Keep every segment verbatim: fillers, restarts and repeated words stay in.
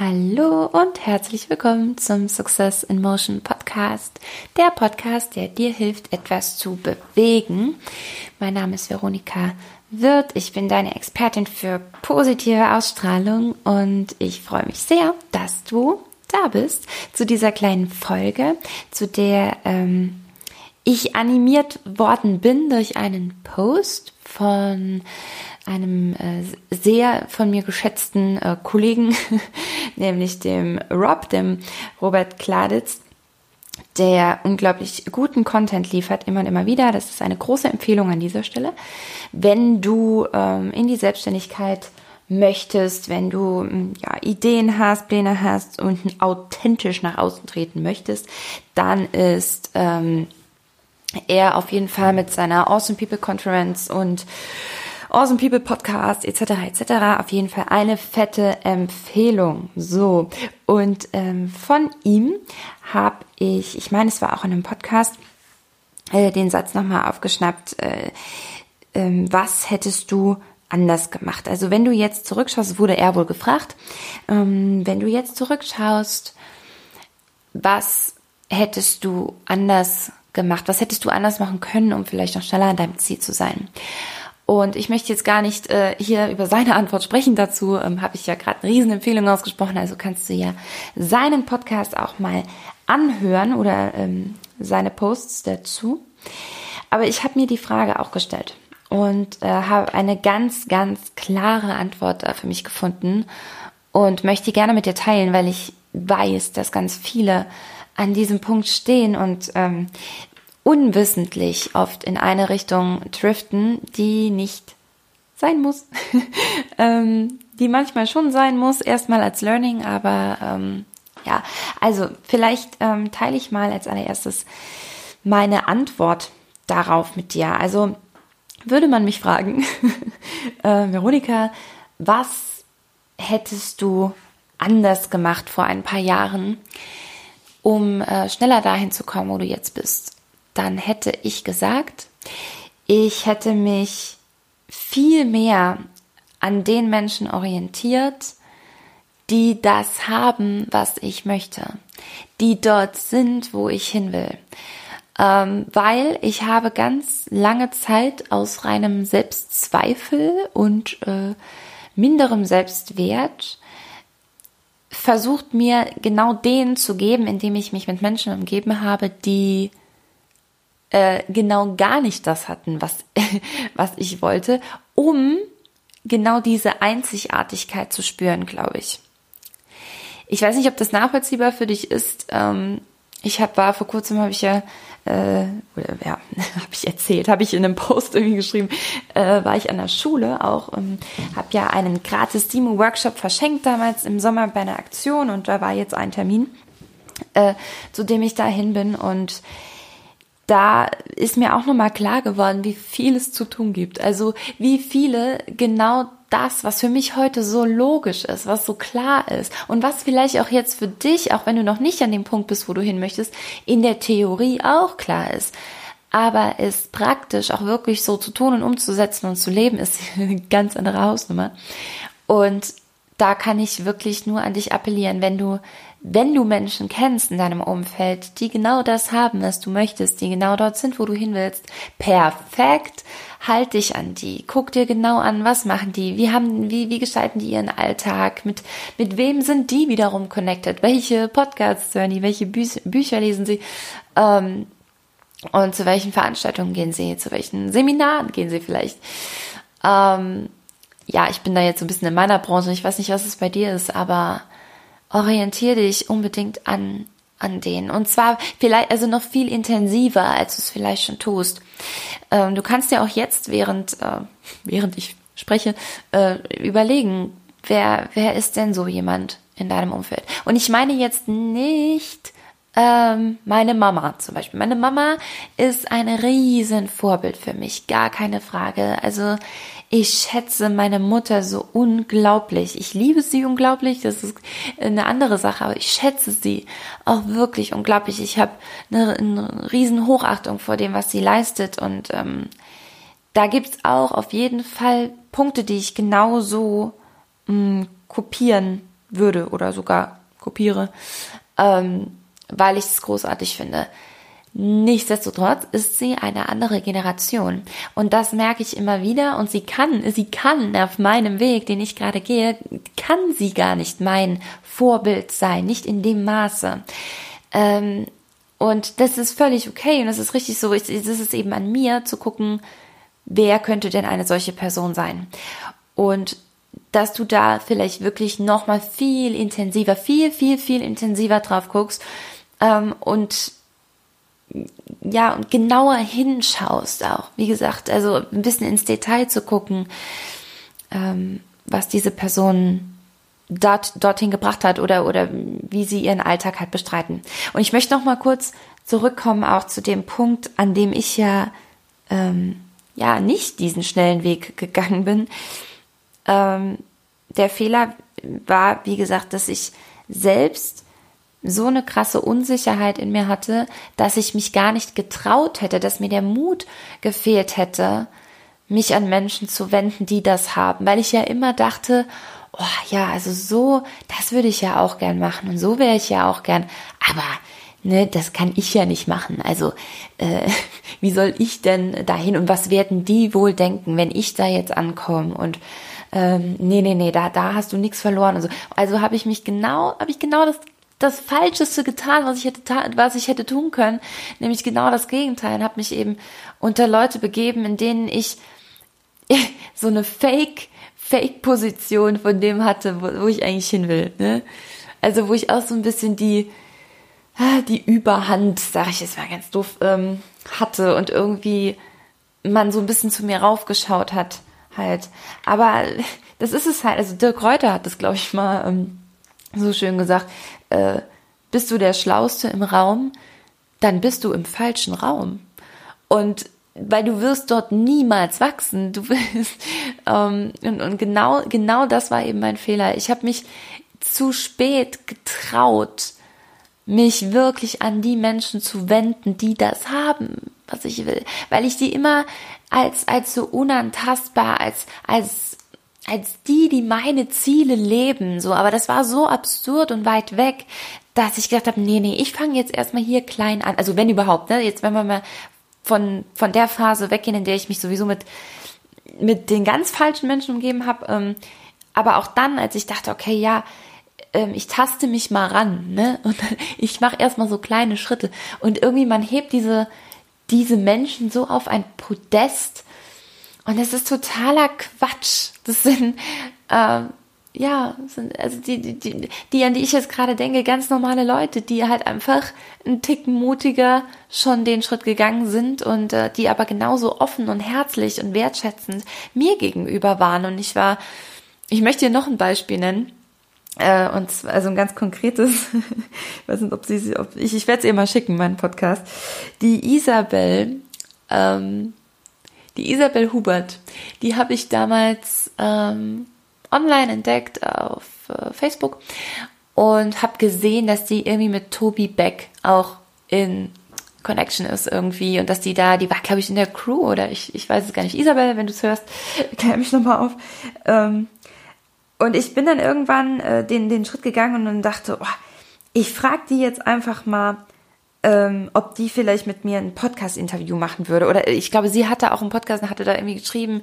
Hallo und herzlich willkommen zum Success in Motion Podcast, der Podcast, der dir hilft, etwas zu bewegen. Mein Name ist Veronika Wirth, ich bin deine Expertin für positive Ausstrahlung und ich freue mich sehr, dass du da bist zu dieser kleinen Folge, zu der ähm, ich animiert worden bin durch einen Post von einem äh, sehr von mir geschätzten äh, Kollegen, nämlich dem Rob, dem Robert Kladitz, der unglaublich guten Content liefert, immer und immer wieder. Das ist eine große Empfehlung an dieser Stelle. Wenn du ähm, in die Selbstständigkeit möchtest, wenn du ja, Ideen hast, Pläne hast und authentisch nach außen treten möchtest, dann ist ähm, er auf jeden Fall mit seiner Awesome People Conference und Awesome People Podcast et cetera et cetera auf jeden Fall eine fette Empfehlung. So, und ähm, von ihm habe ich, ich meine, es war auch in einem Podcast, äh, den Satz nochmal aufgeschnappt, äh, äh, was hättest du anders gemacht? Also wenn du jetzt zurückschaust, wurde er wohl gefragt, ähm, wenn du jetzt zurückschaust, was hättest du anders gemacht? Was hättest du anders machen können, um vielleicht noch schneller an deinem Ziel zu sein? Und ich möchte jetzt gar nicht äh, hier über seine Antwort sprechen. Dazu ähm, habe ich ja gerade eine Riesenempfehlung ausgesprochen. Also kannst du ja seinen Podcast auch mal anhören oder ähm, seine Posts dazu. Aber ich habe mir die Frage auch gestellt und äh, habe eine ganz, ganz klare Antwort äh, für mich gefunden und möchte die gerne mit dir teilen, weil ich weiß, dass ganz viele an diesem Punkt stehen und ähm, unwissentlich oft in eine Richtung driften, die nicht sein muss, ähm, die manchmal schon sein muss, erstmal als Learning, aber ähm, ja, also vielleicht ähm, teile ich mal als allererstes meine Antwort darauf mit dir. Also würde man mich fragen, äh, Veronika, was hättest du anders gemacht vor ein paar Jahren, um äh, schneller dahin zu kommen, wo du jetzt bist? Dann hätte ich gesagt, ich hätte mich viel mehr an den Menschen orientiert, die das haben, was ich möchte, die dort sind, wo ich hin will. Ähm, weil ich habe ganz lange Zeit aus reinem Selbstzweifel und äh, minderem Selbstwert versucht, mir genau den zu geben, indem ich mich mit Menschen umgeben habe, die Äh, genau gar nicht das hatten, was, was ich wollte, um genau diese Einzigartigkeit zu spüren, glaube ich. Ich weiß nicht, ob das nachvollziehbar für dich ist. Ähm, ich hab, war vor kurzem, habe ich ja, äh, oder ja, habe ich erzählt, habe ich in einem Post irgendwie geschrieben, äh, war ich an der Schule auch, ähm, habe ja einen gratis Demo-Workshop verschenkt damals im Sommer bei einer Aktion und da war jetzt ein Termin, äh, zu dem ich dahin bin und da ist mir auch nochmal klar geworden, wie viel es zu tun gibt. Also wie viele genau das, was für mich heute so logisch ist, was so klar ist und was vielleicht auch jetzt für dich, auch wenn du noch nicht an dem Punkt bist, wo du hin möchtest, in der Theorie auch klar ist. Aber es praktisch auch wirklich so zu tun und umzusetzen und zu leben, ist eine ganz andere Hausnummer. Und da kann ich wirklich nur an dich appellieren, wenn du Wenn du Menschen kennst in deinem Umfeld, die genau das haben, was du möchtest, die genau dort sind, wo du hin willst, perfekt, halt dich an die, guck dir genau an, was machen die, wie haben, wie, wie gestalten die ihren Alltag, mit, mit wem sind die wiederum connected, welche Podcasts hören die, welche Bü- Bücher lesen sie, ähm, und zu welchen Veranstaltungen gehen sie, zu welchen Seminaren gehen sie vielleicht, ähm, ja, ich bin da jetzt so ein bisschen in meiner Branche, ich weiß nicht, was es bei dir ist, aber orientiere dich unbedingt an, an denen. Und zwar vielleicht, also noch viel intensiver, als du es vielleicht schon tust. Ähm, du kannst dir auch jetzt, während, äh, während ich spreche, äh, überlegen, wer, wer ist denn so jemand in deinem Umfeld? Und ich meine jetzt nicht ähm, meine Mama zum Beispiel. Meine Mama ist ein riesen Vorbild für mich, gar keine Frage. Also ich schätze meine Mutter so unglaublich. Ich liebe sie unglaublich, das ist eine andere Sache, aber ich schätze sie auch wirklich unglaublich. Ich habe eine, eine riesen Hochachtung vor dem, was sie leistet und ähm, da gibt's auch auf jeden Fall Punkte, die ich genauso mh, kopieren würde oder sogar kopiere, ähm, weil ich es großartig finde. Nichtsdestotrotz ist sie eine andere Generation und das merke ich immer wieder und sie kann, sie kann auf meinem Weg, den ich gerade gehe, kann sie gar nicht mein Vorbild sein, nicht in dem Maße. Ähm, und das ist völlig okay und das ist richtig so, es ist eben an mir zu gucken, wer könnte denn eine solche Person sein und dass du da vielleicht wirklich nochmal viel intensiver, viel, viel, viel intensiver drauf guckst ähm, und ja, und genauer hinschaust auch. Wie gesagt, also ein bisschen ins Detail zu gucken, ähm, was diese Person dort, dorthin gebracht hat oder, oder wie sie ihren Alltag halt bestreiten. Und ich möchte noch mal kurz zurückkommen auch zu dem Punkt, an dem ich ja, ähm, ja nicht diesen schnellen Weg gegangen bin. Ähm, der Fehler war, wie gesagt, dass ich selbst so eine krasse Unsicherheit in mir hatte, dass ich mich gar nicht getraut hätte, dass mir der Mut gefehlt hätte, mich an Menschen zu wenden, die das haben, weil ich ja immer dachte, oh ja, also so, das würde ich ja auch gern machen und so wäre ich ja auch gern, aber ne, das kann ich ja nicht machen, also äh, wie soll ich denn dahin und was werden die wohl denken, wenn ich da jetzt ankomme und ähm, nee, nee, nee, da, da hast du nichts verloren und so. Also habe ich mich genau, habe ich genau das das Falscheste getan, was ich hätte, was ich hätte tun können, nämlich genau das Gegenteil, und habe mich eben unter Leute begeben, in denen ich so eine Fake, Fake-Position von dem hatte, wo, wo ich eigentlich hin will, ne? Also wo ich auch so ein bisschen die, die Überhand, sag ich jetzt mal ganz doof, ähm, hatte und irgendwie man so ein bisschen zu mir raufgeschaut hat, halt. Aber das ist es halt, also Dirk Reuter hat das, glaube ich, mal ähm, so schön gesagt, äh, bist du der Schlauste im Raum, dann bist du im falschen Raum. Und weil du wirst dort niemals wachsen, du wirst, ähm, und, und genau, genau das war eben mein Fehler. Ich habe mich zu spät getraut, mich wirklich an die Menschen zu wenden, die das haben, was ich will. Weil ich die immer als, als so unantastbar, als, als, als die, die meine Ziele leben, so, aber das war so absurd und weit weg, dass ich gedacht habe, nee, nee, ich fange jetzt erstmal hier klein an, also wenn überhaupt, ne, jetzt wenn wir mal von, von der Phase weggehen, in der ich mich sowieso mit, mit den ganz falschen Menschen umgeben habe, ähm, aber auch dann, als ich dachte, okay, ja, ähm, ich taste mich mal ran, ne, und ich mache erstmal so kleine Schritte und irgendwie man hebt diese, diese Menschen so auf ein Podest. Und das ist totaler Quatsch. Das sind, ähm, ja, sind, also die, die, die, die, an die ich jetzt gerade denke, ganz normale Leute, die halt einfach einen Ticken mutiger schon den Schritt gegangen sind und äh, die aber genauso offen und herzlich und wertschätzend mir gegenüber waren. Und ich war, ich möchte hier noch ein Beispiel nennen. Äh, und zwar, also ein ganz konkretes, ich weiß nicht, ob sie, ob ich, ich werde es ihr mal schicken, meinen Podcast. Die Isabel, ähm, Die Isabel Hubert, die habe ich damals ähm, online entdeckt auf äh, Facebook und habe gesehen, dass die irgendwie mit Tobi Beck auch in Connection ist irgendwie und dass die da, die war glaube ich in der Crew oder ich, ich weiß es gar nicht. Isabel, wenn du es hörst, klär mich nochmal auf. Ähm, und ich bin dann irgendwann äh, den, den Schritt gegangen und dann dachte, oh, ich frage die jetzt einfach mal, Ähm, ob die vielleicht mit mir ein Podcast-Interview machen würde. Oder ich glaube, sie hatte auch einen Podcast und hatte da irgendwie geschrieben,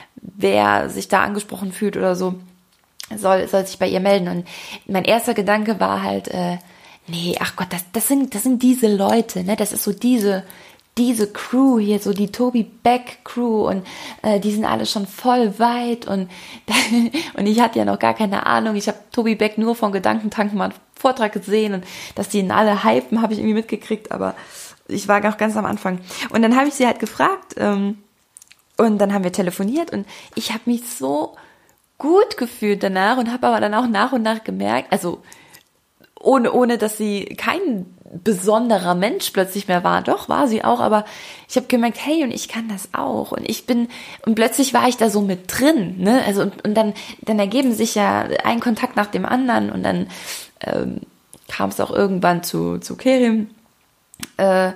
wer sich da angesprochen fühlt oder so, soll, soll sich bei ihr melden. Und mein erster Gedanke war halt, äh, nee, ach Gott, das, das sind, das sind diese Leute, ne? Das ist so diese, diese Crew hier, so die Tobi Beck Crew und äh, die sind alle schon voll weit und, und ich hatte ja noch gar keine Ahnung. Ich habe Tobi Beck nur von Gedankentanken mal einen Vortrag gesehen und dass die ihn alle hypen, habe ich irgendwie mitgekriegt, aber ich war auch ganz am Anfang. Und dann habe ich sie halt gefragt ähm, und dann haben wir telefoniert und ich habe mich so gut gefühlt danach und habe aber dann auch nach und nach gemerkt, also ohne, ohne dass sie kein besonderer Mensch plötzlich mehr war. Doch, war sie auch, aber ich habe gemerkt, hey, und ich kann das auch. Und ich bin, und plötzlich war ich da so mit drin, ne? Also, und, und dann, dann ergeben sich ja ein Kontakt nach dem anderen und dann ähm, kam es auch irgendwann zu, zu Kerim. Äh,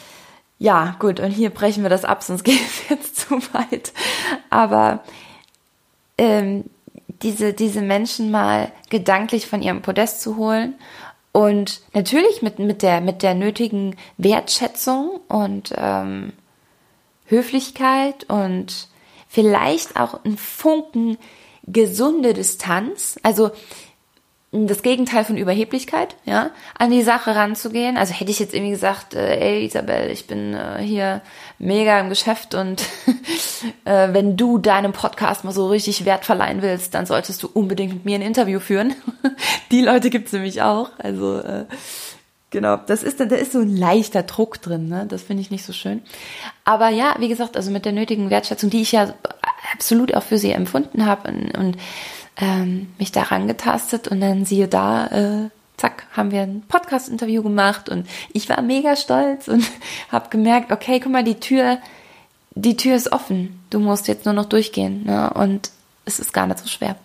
ja, gut, und hier brechen wir das ab, sonst geht es jetzt zu weit. Aber ähm, diese, diese Menschen mal gedanklich von ihrem Podest zu holen und natürlich mit, mit der, mit der nötigen Wertschätzung und ähm, Höflichkeit und vielleicht auch ein Funken gesunde Distanz, also das Gegenteil von Überheblichkeit, ja, an die Sache ranzugehen. Also hätte ich jetzt irgendwie gesagt, äh, ey Isabel, ich bin äh, hier mega im Geschäft und äh, wenn du deinem Podcast mal so richtig Wert verleihen willst, dann solltest du unbedingt mit mir ein Interview führen. Die Leute gibt's nämlich auch. Also äh, genau, das ist, da ist so ein leichter Druck drin, ne? Das finde ich nicht so schön. Aber ja, wie gesagt, also mit der nötigen Wertschätzung, die ich ja absolut auch für sie empfunden habe und, und ähm, mich daran getastet und dann siehe da, äh, zack, haben wir ein Podcast-Interview gemacht und ich war mega stolz und habe gemerkt, okay, guck mal, die Tür, die Tür ist offen. Du musst jetzt nur noch durchgehen, ne? Und es ist gar nicht so schwer.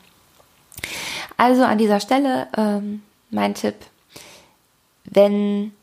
Also an dieser Stelle ähm, mein Tipp, wenn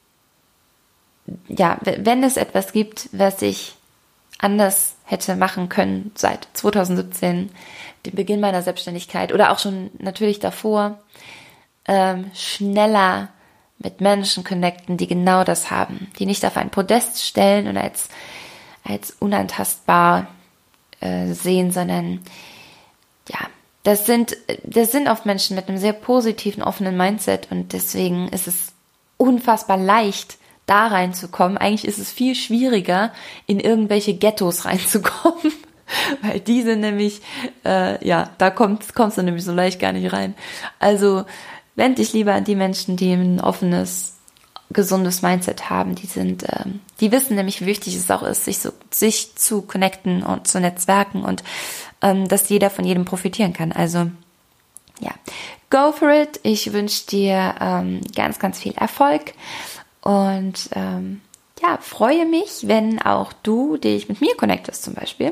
ja, wenn es etwas gibt, was ich anders hätte machen können seit zwanzig siebzehn, dem Beginn meiner Selbstständigkeit oder auch schon natürlich davor, ähm, schneller mit Menschen connecten, die genau das haben, die nicht auf ein Podest stellen und als, als unantastbar äh, sehen, sondern ja, das sind, das sind oft Menschen mit einem sehr positiven, offenen Mindset und deswegen ist es unfassbar leicht, da reinzukommen. Eigentlich ist es viel schwieriger, in irgendwelche Ghettos reinzukommen, weil die sind nämlich, äh, ja, da kommst, kommst du nämlich so leicht gar nicht rein. Also wend dich lieber an die Menschen, die ein offenes, gesundes Mindset haben. Die sind, ähm, die wissen nämlich, wie wichtig es auch ist, sich so, sich zu connecten und zu netzwerken und ähm, dass jeder von jedem profitieren kann. Also ja, go for it. Ich wünsche dir ähm, ganz, ganz viel Erfolg. Und ähm, ja, freue mich, wenn auch du dich mit mir connectest zum Beispiel,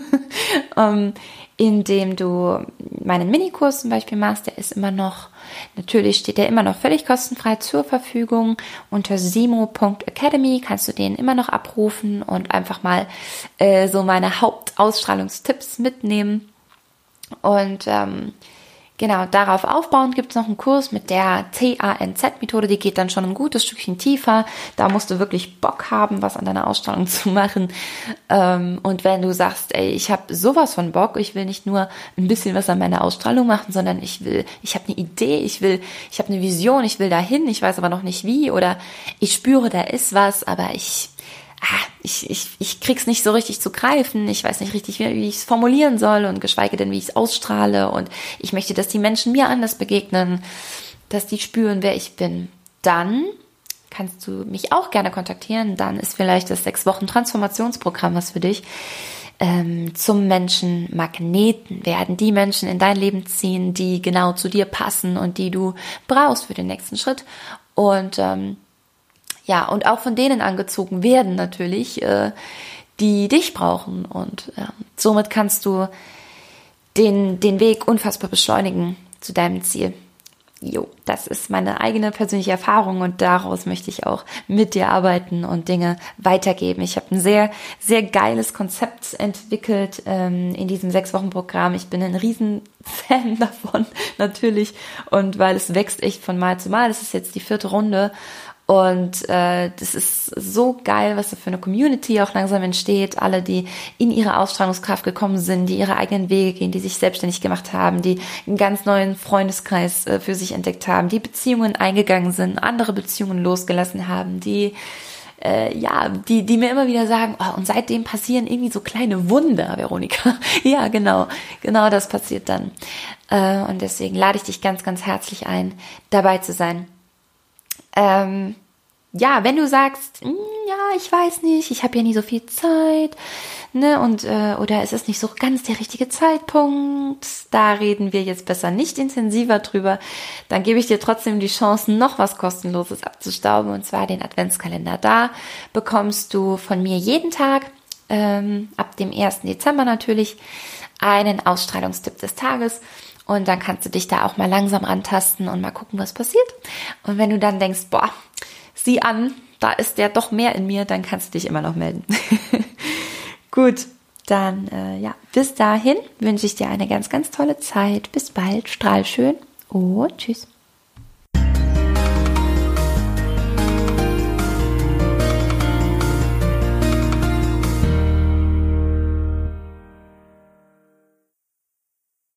ähm, indem du meinen Minikurs zum Beispiel machst. Der ist immer noch, natürlich steht der immer noch völlig kostenfrei zur Verfügung. Unter simo punkt academy kannst du den immer noch abrufen und einfach mal äh, so meine Hauptausstrahlungstipps mitnehmen. Und ähm, genau, darauf aufbauend gibt es noch einen Kurs mit der T A N Z-Methode, die geht dann schon ein gutes Stückchen tiefer. Da musst du wirklich Bock haben, was an deiner Ausstrahlung zu machen. Und wenn du sagst, ey, ich habe sowas von Bock, ich will nicht nur ein bisschen was an meiner Ausstrahlung machen, sondern ich will, ich habe eine Idee, ich will, ich habe eine Vision, ich will dahin, ich weiß aber noch nicht wie oder ich spüre, da ist was, aber ich Ah, ich, ich, ich krieg's nicht so richtig zu greifen, ich weiß nicht richtig, wie, wie ich es formulieren soll und geschweige denn, wie ich es ausstrahle und ich möchte, dass die Menschen mir anders begegnen, dass die spüren, wer ich bin. Dann kannst du mich auch gerne kontaktieren, dann ist vielleicht das sechs Wochen Transformationsprogramm was für dich. Ähm, zum Menschen Magneten werden, die Menschen in dein Leben ziehen, die genau zu dir passen und die du brauchst für den nächsten Schritt und ähm, ja, und auch von denen angezogen werden natürlich, äh, die dich brauchen. Und äh, somit kannst du den, den Weg unfassbar beschleunigen zu deinem Ziel. Jo, das ist meine eigene persönliche Erfahrung und daraus möchte ich auch mit dir arbeiten und Dinge weitergeben. Ich habe ein sehr, sehr geiles Konzept entwickelt ähm, in diesem Sechs-Wochen-Programm. Ich bin ein riesen Fan davon natürlich und weil es wächst echt von Mal zu Mal. Das ist jetzt die vierte Runde. Und äh, das ist so geil, was da für eine Community auch langsam entsteht. Alle, die in ihre Ausstrahlungskraft gekommen sind, die ihre eigenen Wege gehen, die sich selbstständig gemacht haben, die einen ganz neuen Freundeskreis äh, für sich entdeckt haben, die Beziehungen eingegangen sind, andere Beziehungen losgelassen haben, die äh, ja, die die mir immer wieder sagen, oh, und seitdem passieren irgendwie so kleine Wunder, Veronika. Ja, genau, genau das passiert dann. Äh, und deswegen lade ich dich ganz, ganz herzlich ein, dabei zu sein. Ähm, ja, wenn du sagst, ja, ich weiß nicht, ich habe ja nie so viel Zeit, ne, und äh, oder es ist nicht so ganz der richtige Zeitpunkt, da reden wir jetzt besser nicht intensiver drüber, dann gebe ich dir trotzdem die Chance, noch was Kostenloses abzustauben, und zwar den Adventskalender. Da bekommst du von mir jeden Tag, ähm, ab dem ersten Dezember natürlich, einen Ausstrahlungstipp des Tages. Und dann kannst du dich da auch mal langsam rantasten und mal gucken, was passiert. Und wenn du dann denkst, boah, sieh an, da ist der doch mehr in mir, dann kannst du dich immer noch melden. Gut, dann äh, ja, bis dahin wünsche ich dir eine ganz, ganz tolle Zeit. Bis bald, strahl schön und tschüss.